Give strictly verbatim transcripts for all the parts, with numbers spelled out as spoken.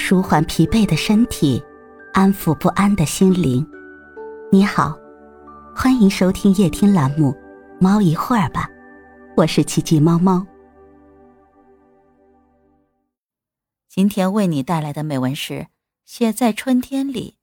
舒缓疲惫的身体，安抚不安的心灵。你好，欢迎收听夜听栏目《猫一会儿吧》，我是奇迹猫猫。今天为你带来的美文是《写在春天里》。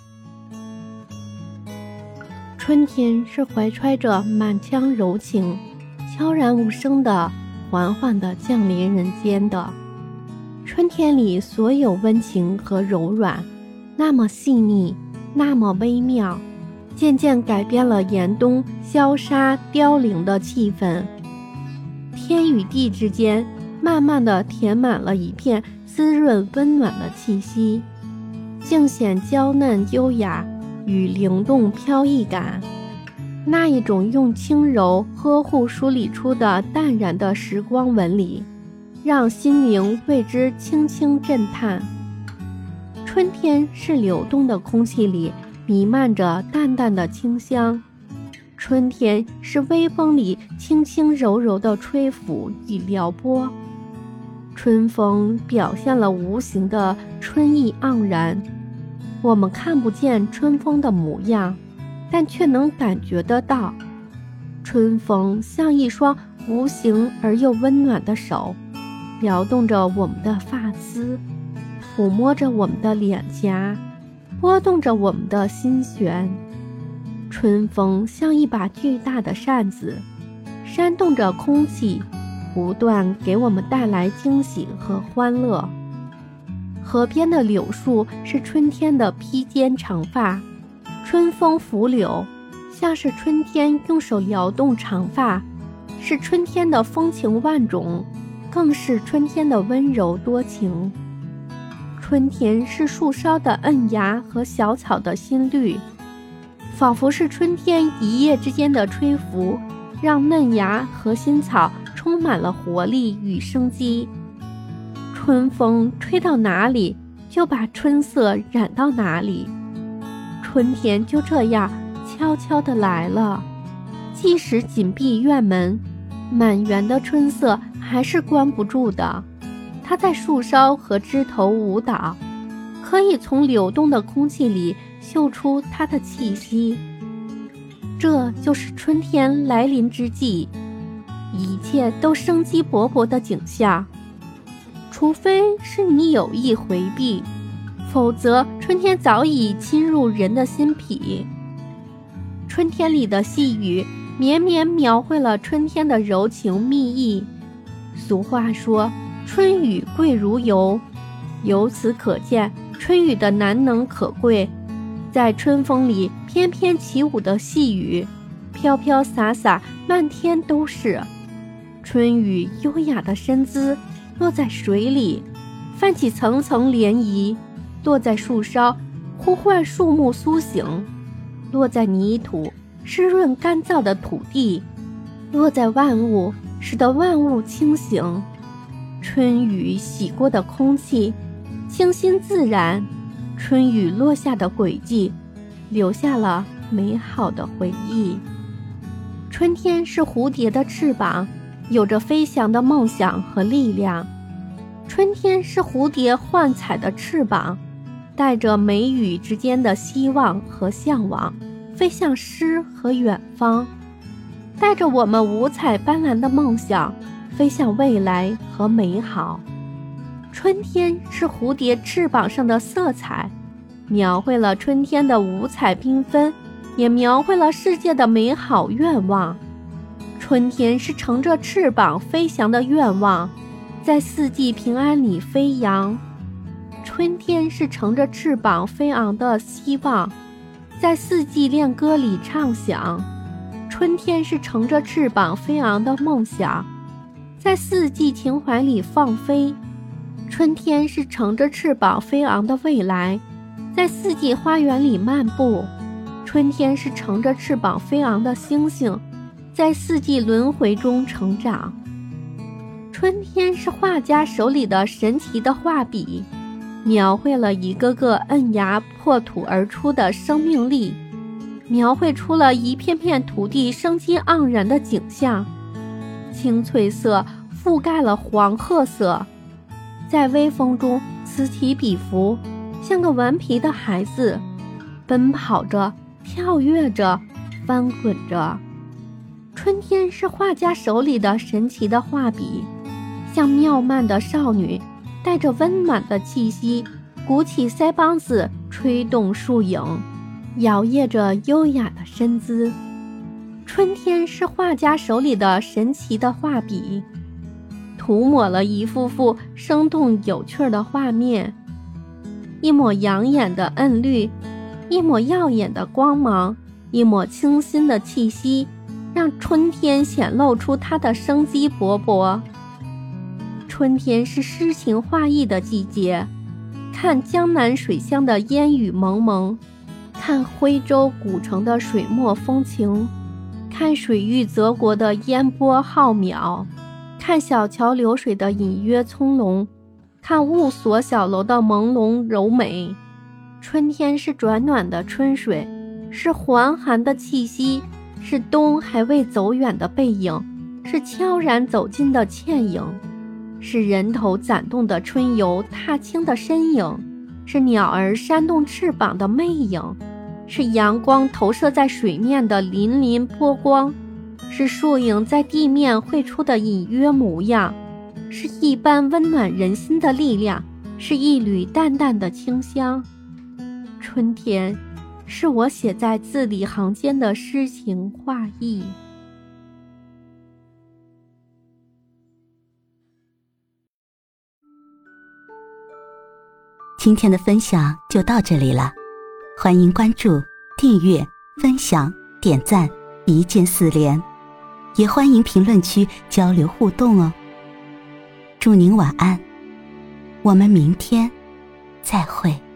春天是怀揣着满腔柔情，悄然无声的缓缓地降临人间的。春天里所有温情和柔软，那么细腻，那么微妙，渐渐改变了严冬消杀凋零的气氛。天与地之间慢慢地填满了一片滋润温暖的气息，尽显娇嫩优雅与灵动飘逸感。那一种用轻柔呵护梳理出的淡然的时光纹理，让心灵为之轻轻震叹。春天是流动的空气里弥漫着淡淡的清香，春天是微风里轻轻柔柔的吹拂与撩拨。春风表现了无形的春意盎然，我们看不见春风的模样，但却能感觉得到。春风像一双无形而又温暖的手，撩动着我们的发丝，抚摸着我们的脸颊，拨动着我们的心弦。春风像一把巨大的扇子，扇动着空气，不断给我们带来惊喜和欢乐。河边的柳树是春天的披肩长发，春风拂柳，像是春天用手撩动长发，是春天的风情万种，更是春天的温柔多情。春天是树梢的嫩芽和小草的新绿，仿佛是春天一夜之间的吹拂，让嫩芽和新草充满了活力与生机。春风吹到哪里，就把春色染到哪里。春天就这样悄悄地来了，即使紧闭院门，满园的春色还是关不住的。它在树梢和枝头舞蹈，可以从流动的空气里嗅出它的气息。这就是春天来临之际，一切都生机勃勃的景象。除非是你有意回避，否则春天早已侵入人的心脾。春天里的细雨绵绵描绘了春天的柔情蜜意。俗话说春雨贵如油，由此可见春雨的难能可贵。在春风里翩翩起舞的细雨，飘飘洒洒，漫天都是。春雨优雅的身姿落在水里，泛起层层涟漪，落在树梢，呼唤树木苏醒；落在泥土，湿润干燥的土地；落在万物，使得万物清醒。春雨洗过的空气清新自然，春雨落下的轨迹留下了美好的回忆。春天是蝴蝶的翅膀，有着飞翔的梦想和力量。春天是蝴蝶幻彩的翅膀，带着梅雨之间的希望和向往，飞向诗和远方，带着我们五彩斑斓的梦想，飞向未来和美好。春天是蝴蝶翅膀上的色彩，描绘了春天的五彩缤纷，也描绘了世界的美好愿望。春天是乘着翅膀飞翔的愿望，在四季平安里飞扬。春天是乘着翅膀飞昂的希望，在四季恋歌里畅想。春天是乘着翅膀飞昂的梦想，在四季情怀里放飞。春天是乘着翅膀飞昂的未来，在四季花园里漫步。春天是乘着翅膀飞昂的星星，在四季轮回中成长。春天是画家手里的神奇的画笔，描绘了一个个嫩芽破土而出的生命力，描绘出了一片片土地生机盎然的景象。青翠色覆盖了黄褐色，在微风中此起彼伏，像个顽皮的孩子，奔跑着，跳跃着，翻滚着。春天是画家手里的神奇的画笔，像妙曼的少女，带着温暖的气息，鼓起腮帮子，吹动树影，摇曳着优雅的身姿。春天是画家手里的神奇的画笔，涂抹了一幅幅生动有趣的画面，一抹养眼的嫩绿，一抹耀眼的光芒，一抹清新的气息，让春天显露出它的生机勃勃。春天是诗情画意的季节，看江南水乡的烟雨蒙蒙，看徽州古城的水墨风情，看水域泽国的烟波浩渺，看小桥流水的隐约葱茏，看雾锁小楼的朦胧柔美。春天是转暖的春水，是还寒的气息，是冬还未走远的背影，是悄然走近的倩影，是人头攒动的春游踏青的身影，是鸟儿扇动翅膀的魅影，是阳光投射在水面的粼粼波光，是树影在地面绘出的隐约模样，是一般温暖人心的力量，是一缕淡淡的清香。春天是我写在字里行间的诗情画意。 今天的分享就到这里了，欢迎关注、订阅、分享、点赞，一键四连，也欢迎评论区交流互动哦。祝您晚安，我们明天再会。